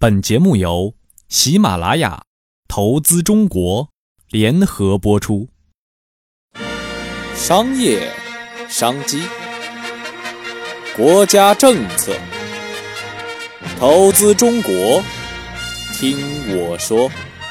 本节目由喜马拉雅、投资中国联合播出。 商业商机，国家政策，投资中国，听我说。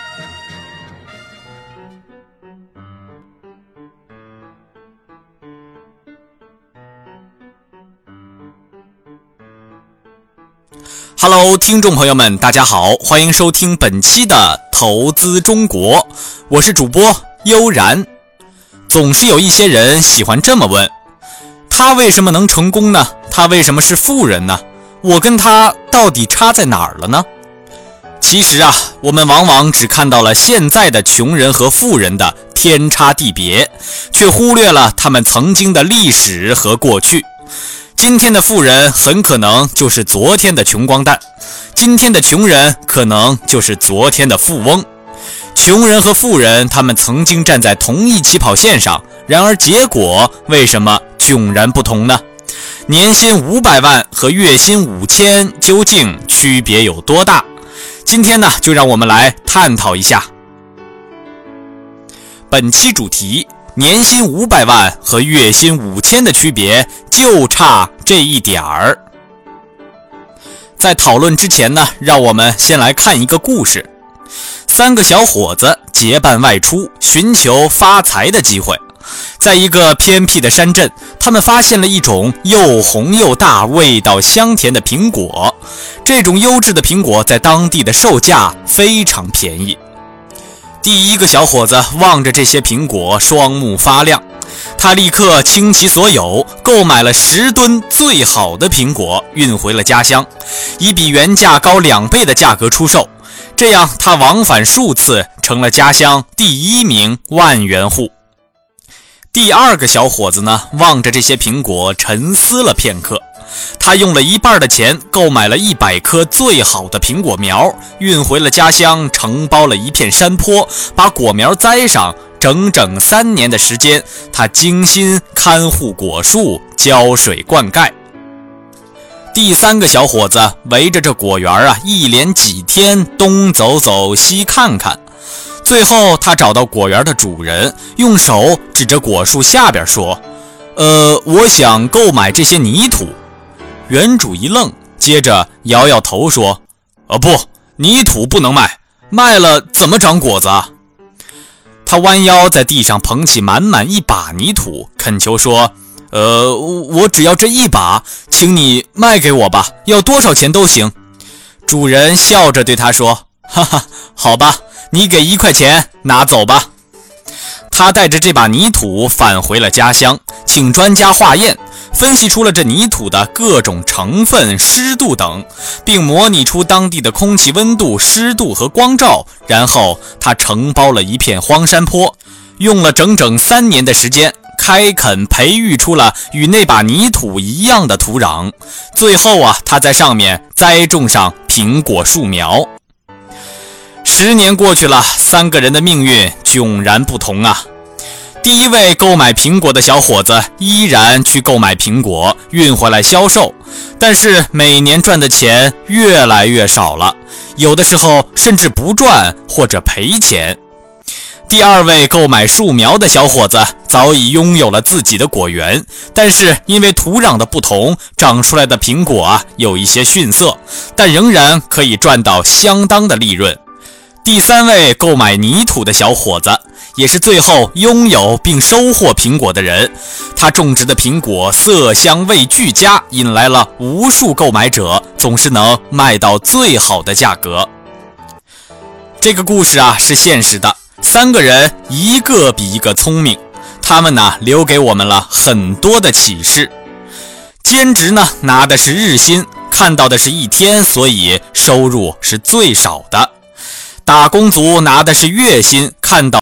Hello， 听众朋友们，大家好，欢迎收听本期的投资中国，我是主播悠然。总是有一些人喜欢这么问，他为什么能成功呢？他为什么是富人呢？我跟他到底差在哪儿了呢？其实啊，我们往往只看到了现在的穷人和富人的天差地别，却忽略了他们曾经的历史和过去。今天的富人很可能就是昨天的穷光蛋，今天的穷人可能就是昨天的富翁。穷人和富人他们曾经站在同一起跑线上，然而结果为什么迥然不同呢？年薪500万和月薪5000究竟区别有多大？今天呢，就让我们来探讨一下。本期主题，年薪500万和月薪5000的区别就差这一点儿。在讨论之前呢，让我们先来看一个故事。3个小伙子结伴外出，寻求发财的机会。在一个偏僻的山镇，他们发现了一种又红又大、味道香甜的苹果。这种优质的苹果在当地的售价非常便宜。第一个小伙子望着这些苹果，双目发亮。他立刻倾其所有，购买了10吨最好的苹果，运回了家乡，以比原价高2倍的价格出售。这样他往返数次，成了家乡第1名万元户。第二个小伙子呢，望着这些苹果沉思了片刻。他用了一半的钱购买了100棵最好的苹果苗，运回了家乡，承包了一片山坡，把果苗栽上。整整3年的时间，他精心看护果树，浇水灌溉。第3个小伙子围着这果园一连几天东走走西看看。最后他找到果园的主人，用手指着果树下边说：我想购买这些泥土。园主一愣，接着摇摇头说：不，泥土不能卖，卖了怎么长果子啊？他弯腰在地上捧起满满一把泥土，恳求说：我只要这一把，请你卖给我吧，要多少钱都行。主人笑着对他说：哈哈，好吧，你给1块钱，拿走吧。他带着这把泥土返回了家乡，请专家化验，分析出了这泥土的各种成分、湿度等，并模拟出当地的空气温度、湿度和光照。然后他承包了一片荒山坡，用了整整3年的时间，开垦培育出了与那把泥土一样的土壤。最后他在上面栽种上苹果树苗。10年过去了，3个人的命运迥然不同啊。第一位购买苹果的小伙子依然去购买苹果，运回来销售，但是每年赚的钱越来越少了，有的时候甚至不赚或者赔钱。第二位购买树苗的小伙子早已拥有了自己的果园，但是因为土壤的不同，长出来的苹果有一些逊色，但仍然可以赚到相当的利润。第三位购买泥土的小伙子也是最后拥有并收获苹果的人，他种植的苹果色香味俱佳，引来了无数购买者，总是能卖到最好的价格。这个故事是现实的，3个人一个比一个聪明，他们留给我们了很多的启示。兼职拿的是日薪，看到的是一天，所以收入是最少的。打工族拿的是月薪，看到